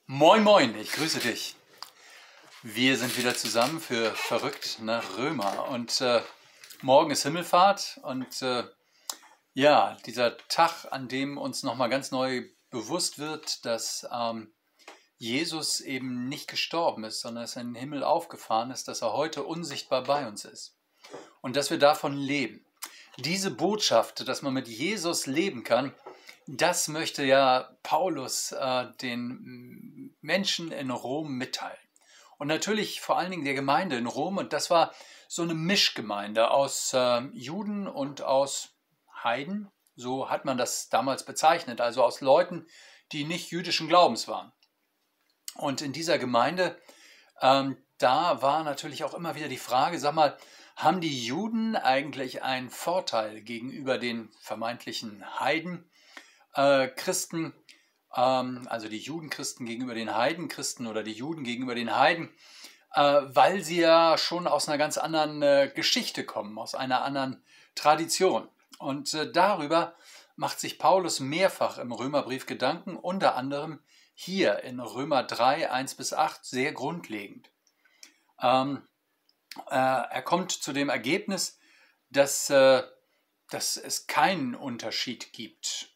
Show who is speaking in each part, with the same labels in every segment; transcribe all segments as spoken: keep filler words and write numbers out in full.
Speaker 1: Moin Moin, ich grüße dich. Wir sind wieder zusammen für Verrückt nach Römer und äh, morgen ist Himmelfahrt und äh, ja, dieser Tag, an dem uns nochmal ganz neu bewusst wird, dass ähm, Jesus eben nicht gestorben ist, sondern dass er in den Himmel aufgefahren ist, dass er heute unsichtbar bei uns ist und dass wir davon leben. Diese Botschaft, dass man mit Jesus leben kann, das möchte ja Paulus äh, den Menschen in Rom mitteilen. Und natürlich vor allen Dingen der Gemeinde in Rom. Und das war so eine Mischgemeinde aus äh, Juden und aus Heiden. So hat man das damals bezeichnet. Also aus Leuten, die nicht jüdischen Glaubens waren. Und in dieser Gemeinde, ähm, da war natürlich auch immer wieder die Frage, sag mal, haben die Juden eigentlich einen Vorteil gegenüber den vermeintlichen Heiden? Äh, Christen, ähm, also die Judenchristen gegenüber den Heidenchristen oder die Juden gegenüber den Heiden, äh, weil sie ja schon aus einer ganz anderen äh, Geschichte kommen, aus einer anderen Tradition. Und äh, darüber macht sich Paulus mehrfach im Römerbrief Gedanken, unter anderem hier in Römer drei, eins bis acht, sehr grundlegend. Ähm, äh, er kommt zu dem Ergebnis, dass, äh, dass es keinen Unterschied gibt.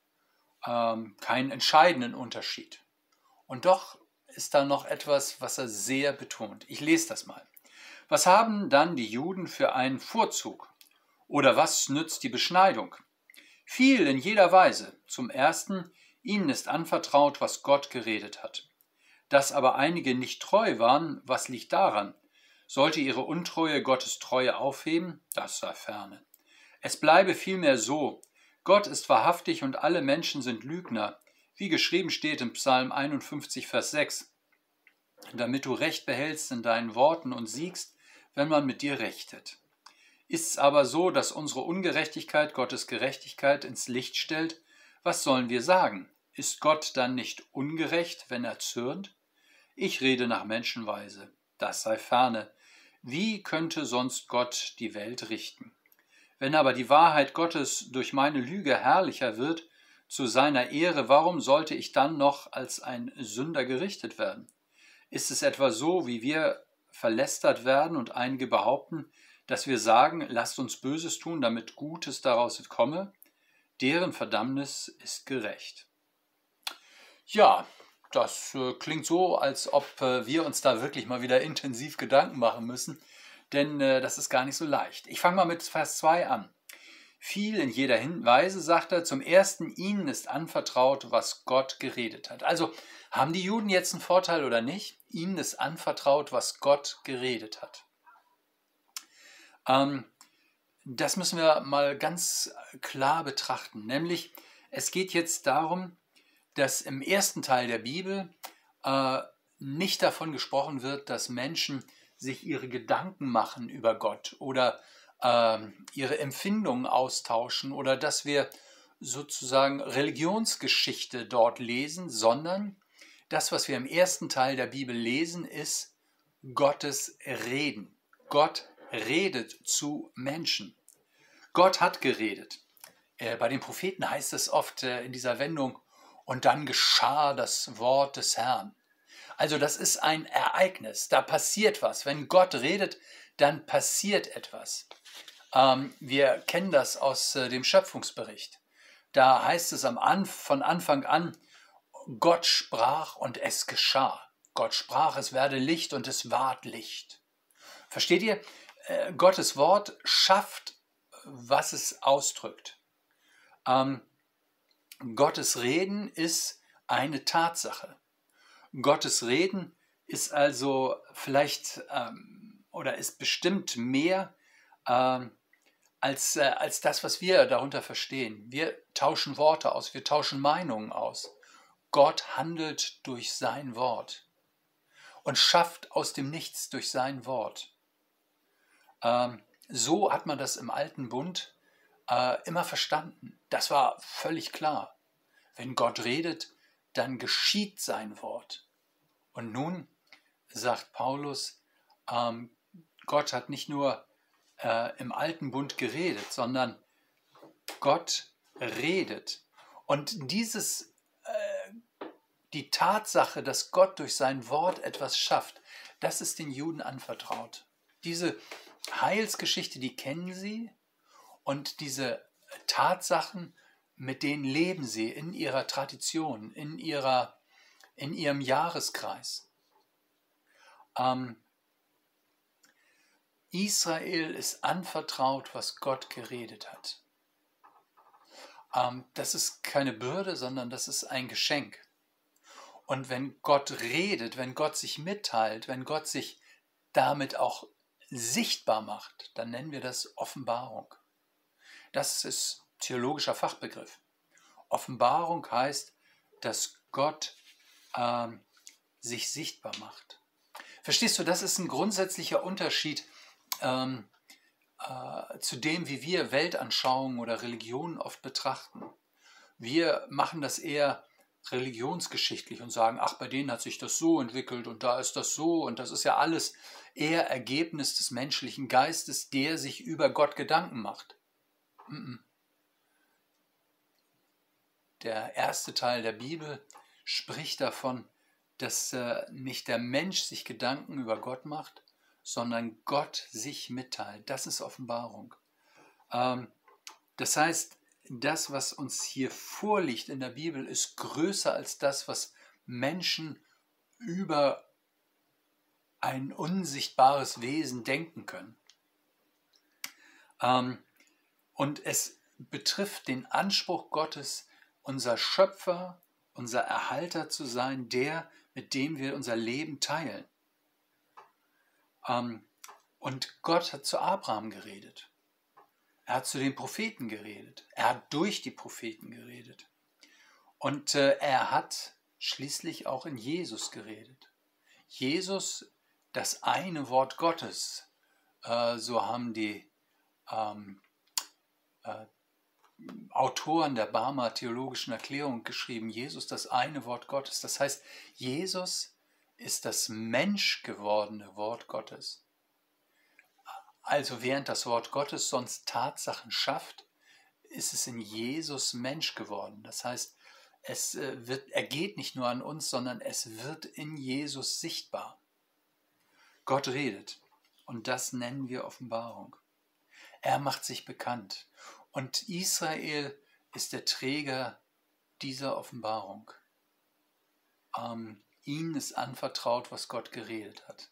Speaker 1: Ähm, keinen entscheidenden Unterschied. Und doch ist da noch etwas, was er sehr betont. Ich lese das mal. Was haben dann die Juden für einen Vorzug? Oder was nützt die Beschneidung? Viel in jeder Weise. Zum Ersten, ihnen ist anvertraut, was Gott geredet hat. Dass aber einige nicht treu waren, was liegt daran? Sollte ihre Untreue Gottes Treue aufheben? Das sei ferne. Es bleibe vielmehr so, Gott ist wahrhaftig und alle Menschen sind Lügner, wie geschrieben steht im Psalm einundfünfzig, Vers sechs, damit du Recht behältst in deinen Worten und siegst, wenn man mit dir rechtet. Ist's aber so, dass unsere Ungerechtigkeit Gottes Gerechtigkeit ins Licht stellt, was sollen wir sagen? Ist Gott dann nicht ungerecht, wenn er zürnt? Ich rede nach Menschenweise, das sei ferne. Wie könnte sonst Gott die Welt richten? Wenn aber die Wahrheit Gottes durch meine Lüge herrlicher wird, zu seiner Ehre, warum sollte ich dann noch als ein Sünder gerichtet werden? Ist es etwa so, wie wir verlästert werden und einige behaupten, dass wir sagen, lasst uns Böses tun, damit Gutes daraus komme? Deren Verdammnis ist gerecht. Ja, das äh, klingt so, als ob äh, wir uns da wirklich mal wieder intensiv Gedanken machen müssen. Denn äh, das ist gar nicht so leicht. Ich fange mal mit Vers zwei an. Viel in jeder Weise, sagt er, zum Ersten, ihnen ist anvertraut, was Gott geredet hat. Also haben die Juden jetzt einen Vorteil oder nicht? Ihnen ist anvertraut, was Gott geredet hat. Ähm, das müssen wir mal ganz klar betrachten. Nämlich, es geht jetzt darum, dass im ersten Teil der Bibel äh, nicht davon gesprochen wird, dass Menschen sich ihre Gedanken machen über Gott oder äh, ihre Empfindungen austauschen oder dass wir sozusagen Religionsgeschichte dort lesen, sondern das, was wir im ersten Teil der Bibel lesen, ist Gottes Reden. Gott redet zu Menschen. Gott hat geredet. Äh, bei den Propheten heißt es oft äh, in dieser Wendung, und dann geschah das Wort des Herrn. Also das ist ein Ereignis, da passiert was. Wenn Gott redet, dann passiert etwas. Ähm, wir kennen das aus äh, dem Schöpfungsbericht. Da heißt es am Anf- von Anfang an, Gott sprach und es geschah. Gott sprach, es werde Licht und es ward Licht. Versteht ihr? Äh, Gottes Wort schafft, was es ausdrückt. Ähm, Gottes Reden ist eine Tatsache. Gottes Reden ist also vielleicht ähm, oder ist bestimmt mehr ähm, als, äh, als das, was wir darunter verstehen. Wir tauschen Worte aus, wir tauschen Meinungen aus. Gott handelt durch sein Wort und schafft aus dem Nichts durch sein Wort. Ähm, so hat man das im Alten Bund äh, immer verstanden. Das war völlig klar. Wenn Gott redet, dann geschieht sein Wort. Und nun sagt Paulus, ähm, Gott hat nicht nur äh, im Alten Bund geredet, sondern Gott redet. Und dieses, äh, Die Tatsache, dass Gott durch sein Wort etwas schafft, das ist den Juden anvertraut. Diese Heilsgeschichte, die kennen sie, und diese Tatsachen, mit denen leben sie in ihrer Tradition, in, ihrer, in ihrem Jahreskreis. Ähm, Israel ist anvertraut, was Gott geredet hat. Ähm, das ist keine Bürde, sondern das ist ein Geschenk. Und wenn Gott redet, wenn Gott sich mitteilt, wenn Gott sich damit auch sichtbar macht, dann nennen wir das Offenbarung. Das ist theologischer Fachbegriff. Offenbarung heißt, dass Gott ähm, sich sichtbar macht. Verstehst du, das ist ein grundsätzlicher Unterschied ähm, äh, zu dem, wie wir Weltanschauungen oder Religionen oft betrachten. Wir machen das eher religionsgeschichtlich und sagen, ach, bei denen hat sich das so entwickelt und da ist das so, und das ist ja alles eher Ergebnis des menschlichen Geistes, der sich über Gott Gedanken macht. Der erste Teil der Bibel spricht davon, dass äh, nicht der Mensch sich Gedanken über Gott macht, sondern Gott sich mitteilt. Das ist Offenbarung. Ähm, das heißt, das, was uns hier vorliegt in der Bibel, ist größer als das, was Menschen über ein unsichtbares Wesen denken können. Ähm, und es betrifft den Anspruch Gottes, unser Schöpfer, unser Erhalter zu sein, der, mit dem wir unser Leben teilen. Ähm, und Gott hat zu Abraham geredet. Er hat zu den Propheten geredet. Er hat durch die Propheten geredet. Und äh, er hat schließlich auch in Jesus geredet. Jesus, das eine Wort Gottes, äh, so haben die ähm, äh, Autoren der Barmer Theologischen Erklärung geschrieben, Jesus, das eine Wort Gottes. Das heißt, Jesus ist das menschgewordene Wort Gottes. Also während das Wort Gottes sonst Tatsachen schafft, ist es in Jesus Mensch geworden. Das heißt, es wird, er geht nicht nur an uns, sondern es wird in Jesus sichtbar. Gott redet, und das nennen wir Offenbarung. Er macht sich bekannt, und Israel ist der Träger dieser Offenbarung. Ähm, ihnen ist anvertraut, was Gott geredet hat.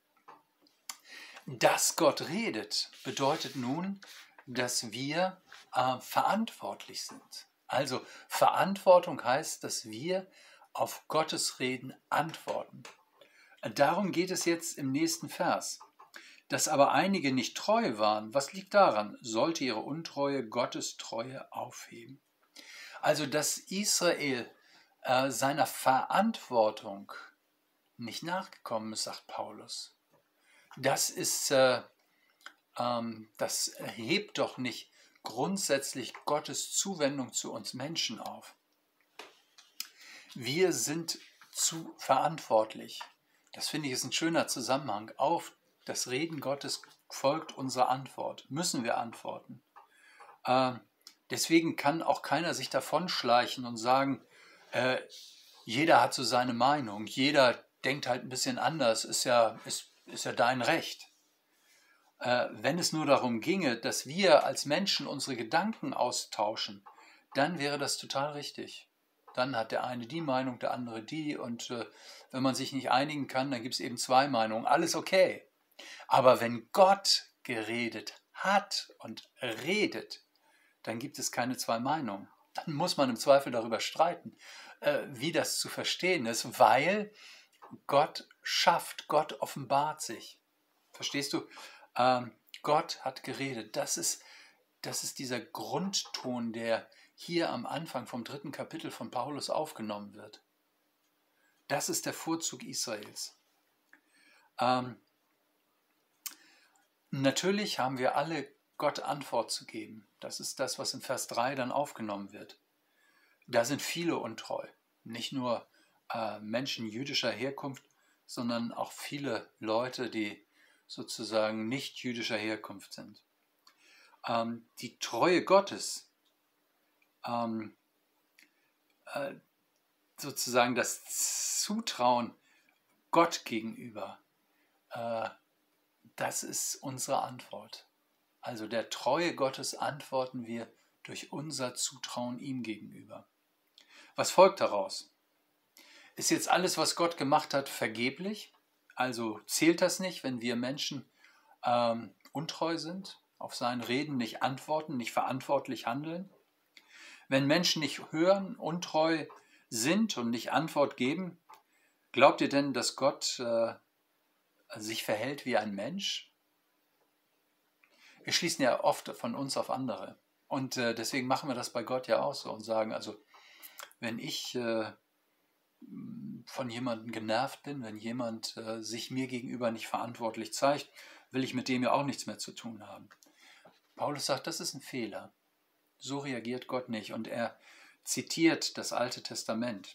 Speaker 1: Dass Gott redet, bedeutet nun, dass wir äh, verantwortlich sind. Also Verantwortung heißt, dass wir auf Gottes Reden antworten. Darum geht es jetzt im nächsten Vers. Dass aber einige nicht treu waren, was liegt daran? Sollte ihre Untreue Gottes Treue aufheben? Also, dass Israel äh, seiner Verantwortung nicht nachgekommen ist, sagt Paulus. Das ist, äh, ähm, das hebt doch nicht grundsätzlich Gottes Zuwendung zu uns Menschen auf. Wir sind zu verantwortlich. Das finde ich ist ein schöner Zusammenhang. Auf das Reden Gottes folgt unsere Antwort. Müssen wir antworten. Äh, deswegen kann auch keiner sich davonschleichen und sagen, äh, jeder hat so seine Meinung, jeder denkt halt ein bisschen anders, ist ja, ist, ist ja dein Recht. Äh, wenn es nur darum ginge, dass wir als Menschen unsere Gedanken austauschen, dann wäre das total richtig. Dann hat der eine die Meinung, der andere die, und äh, wenn man sich nicht einigen kann, dann gibt es eben zwei Meinungen. Alles okay. Aber wenn Gott geredet hat und redet, dann gibt es keine zwei Meinungen. Dann muss man im Zweifel darüber streiten, äh, wie das zu verstehen ist, weil Gott schafft, Gott offenbart sich. Verstehst du? Ähm, Gott hat geredet. Das ist, das ist dieser Grundton, der hier am Anfang vom dritten Kapitel von Paulus aufgenommen wird. Das ist der Vorzug Israels. Ähm, natürlich haben wir alle Gott Antwort zu geben. Das ist das, was in Vers drei dann aufgenommen wird. Da sind viele untreu. Nicht nur äh, Menschen jüdischer Herkunft, sondern auch viele Leute, die sozusagen nicht jüdischer Herkunft sind. Ähm, die Treue Gottes, ähm, äh, sozusagen das Zutrauen Gott gegenüber, äh, das ist unsere Antwort. Also der Treue Gottes antworten wir durch unser Zutrauen ihm gegenüber. Was folgt daraus? Ist jetzt alles, was Gott gemacht hat, vergeblich? Also zählt das nicht, wenn wir Menschen ähm, untreu sind, auf sein Reden nicht antworten, nicht verantwortlich handeln? Wenn Menschen nicht hören, untreu sind und nicht Antwort geben, glaubt ihr denn, dass Gott äh, sich verhält wie ein Mensch? Wir schließen ja oft von uns auf andere. Und äh, deswegen machen wir das bei Gott ja auch so und sagen, also wenn ich äh, von jemandem genervt bin, wenn jemand äh, sich mir gegenüber nicht verantwortlich zeigt, will ich mit dem ja auch nichts mehr zu tun haben. Paulus sagt, das ist ein Fehler. So reagiert Gott nicht. Und er zitiert das Alte Testament.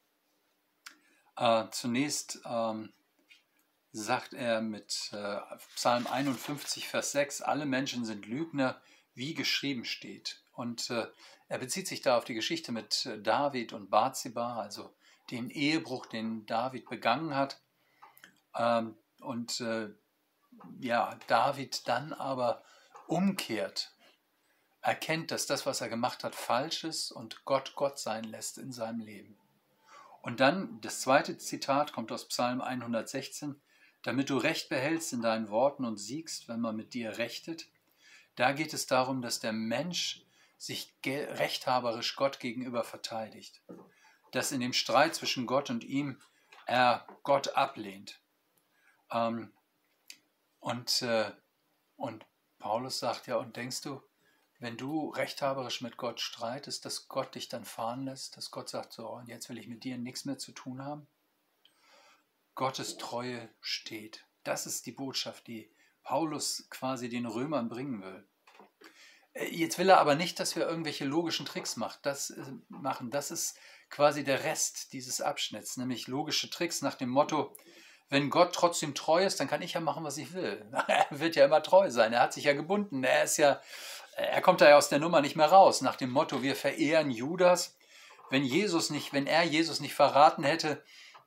Speaker 1: Äh, zunächst ähm, sagt er mit äh, Psalm einundfünfzig, Vers sechs, alle Menschen sind Lügner, wie geschrieben steht. Und äh, er bezieht sich da auf die Geschichte mit David und Bathseba, also den Ehebruch, den David begangen hat. Ähm, und äh, ja, David dann aber umkehrt, erkennt, dass das, was er gemacht hat, falsch ist und Gott Gott sein lässt in seinem Leben. Und dann, das zweite Zitat kommt aus Psalm hundertsechzehn, damit du Recht behältst in deinen Worten und siegst, wenn man mit dir rechtet. Da geht es darum, dass der Mensch sich rechthaberisch Gott gegenüber verteidigt. Dass in dem Streit zwischen Gott und ihm er Gott ablehnt. Ähm, und, äh, und Paulus sagt ja, und denkst du, wenn du rechthaberisch mit Gott streitest, dass Gott dich dann fahren lässt, dass Gott sagt, so, und jetzt will ich mit dir nichts mehr zu tun haben? Gottes Treue steht. Das ist die Botschaft, die Paulus quasi den Römern bringen will. Jetzt will er aber nicht, dass wir irgendwelche logischen Tricks macht, das, äh, machen. Das ist quasi der Rest dieses Abschnitts, nämlich logische Tricks nach dem Motto, wenn Gott trotzdem treu ist, dann kann ich ja machen, was ich will. Er wird ja immer treu sein, er hat sich ja gebunden, er ist ja, er kommt da ja aus der Nummer nicht mehr raus, nach dem Motto, wir verehren Judas. Wenn Jesus nicht, wenn er Jesus nicht verraten hätte,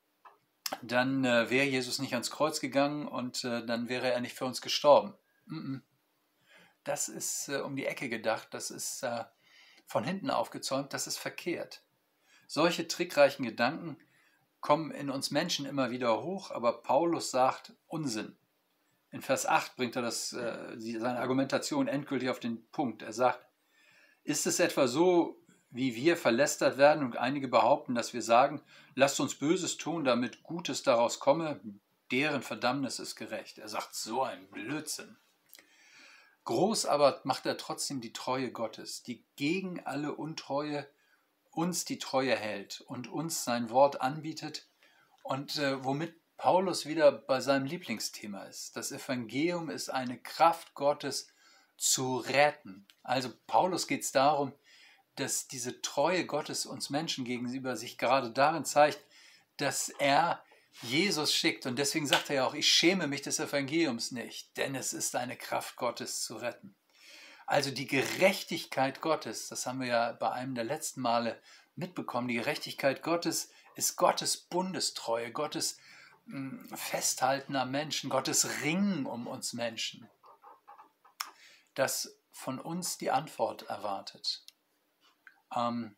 Speaker 1: dann äh, wäre Jesus nicht ans Kreuz gegangen und äh, dann wäre er nicht für uns gestorben. Mm-mm. Das ist äh, um die Ecke gedacht, das ist äh, von hinten aufgezäumt, das ist verkehrt. Solche trickreichen Gedanken kommen in uns Menschen immer wieder hoch, aber Paulus sagt Unsinn. In Vers acht bringt er das, äh, seine Argumentation endgültig auf den Punkt. Er sagt, ist es etwa so, wie wir verlästert werden und einige behaupten, dass wir sagen, lasst uns Böses tun, damit Gutes daraus komme, deren Verdammnis ist gerecht. Er sagt, so ein Blödsinn. Groß aber macht er trotzdem die Treue Gottes, die gegen alle Untreue uns die Treue hält und uns sein Wort anbietet und äh, womit Paulus wieder bei seinem Lieblingsthema ist. Das Evangelium ist eine Kraft Gottes zu retten. Also Paulus geht es darum, dass diese Treue Gottes uns Menschen gegenüber sich gerade darin zeigt, dass er Jesus schickt. Und deswegen sagt er ja auch, ich schäme mich des Evangeliums nicht, denn es ist eine Kraft Gottes zu retten. Also die Gerechtigkeit Gottes, das haben wir ja bei einem der letzten Male mitbekommen, die Gerechtigkeit Gottes ist Gottes Bundestreue, Gottes mh, Festhalten am Menschen, Gottes Ringen um uns Menschen, das von uns die Antwort erwartet. Ähm,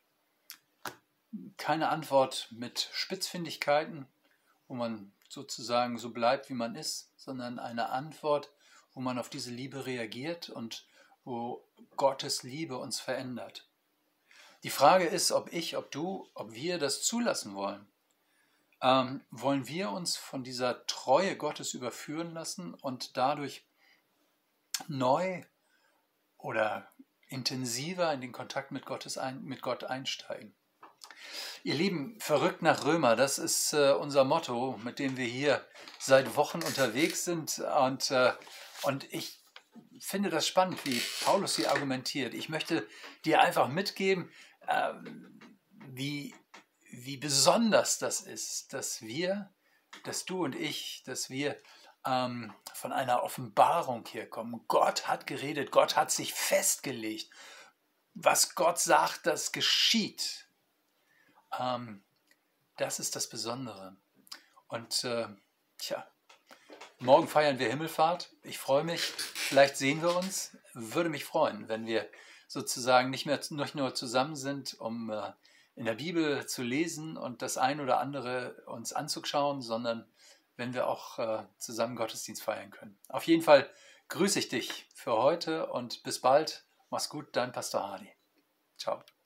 Speaker 1: keine Antwort mit Spitzfindigkeiten, wo man sozusagen so bleibt, wie man ist, sondern eine Antwort, wo man auf diese Liebe reagiert und wo Gottes Liebe uns verändert. Die Frage ist, ob ich, ob du, ob wir das zulassen wollen. Ähm, wollen wir uns von dieser Treue Gottes überführen lassen und dadurch neu oder intensiver in den Kontakt mit, Gottes ein, mit Gott einsteigen? Ihr Lieben, verrückt nach Römer, das ist äh, unser Motto, mit dem wir hier seit Wochen unterwegs sind. Und, äh, und ich finde das spannend, wie Paulus hier argumentiert. Ich möchte dir einfach mitgeben, äh, wie, wie besonders das ist, dass wir, dass du und ich, dass wir ähm, von einer Offenbarung hier kommen. Gott hat geredet, Gott hat sich festgelegt. Was Gott sagt, das geschieht. Ähm, Das ist das Besondere. Und äh, tja, morgen feiern wir Himmelfahrt. Ich freue mich, vielleicht sehen wir uns. Würde mich freuen, wenn wir sozusagen nicht mehr nicht nur zusammen sind, um äh, in der Bibel zu lesen und das ein oder andere uns anzuschauen, sondern wenn wir auch äh, zusammen Gottesdienst feiern können. Auf jeden Fall grüße ich dich für heute und bis bald. Mach's gut, dein Pastor Hardy. Ciao.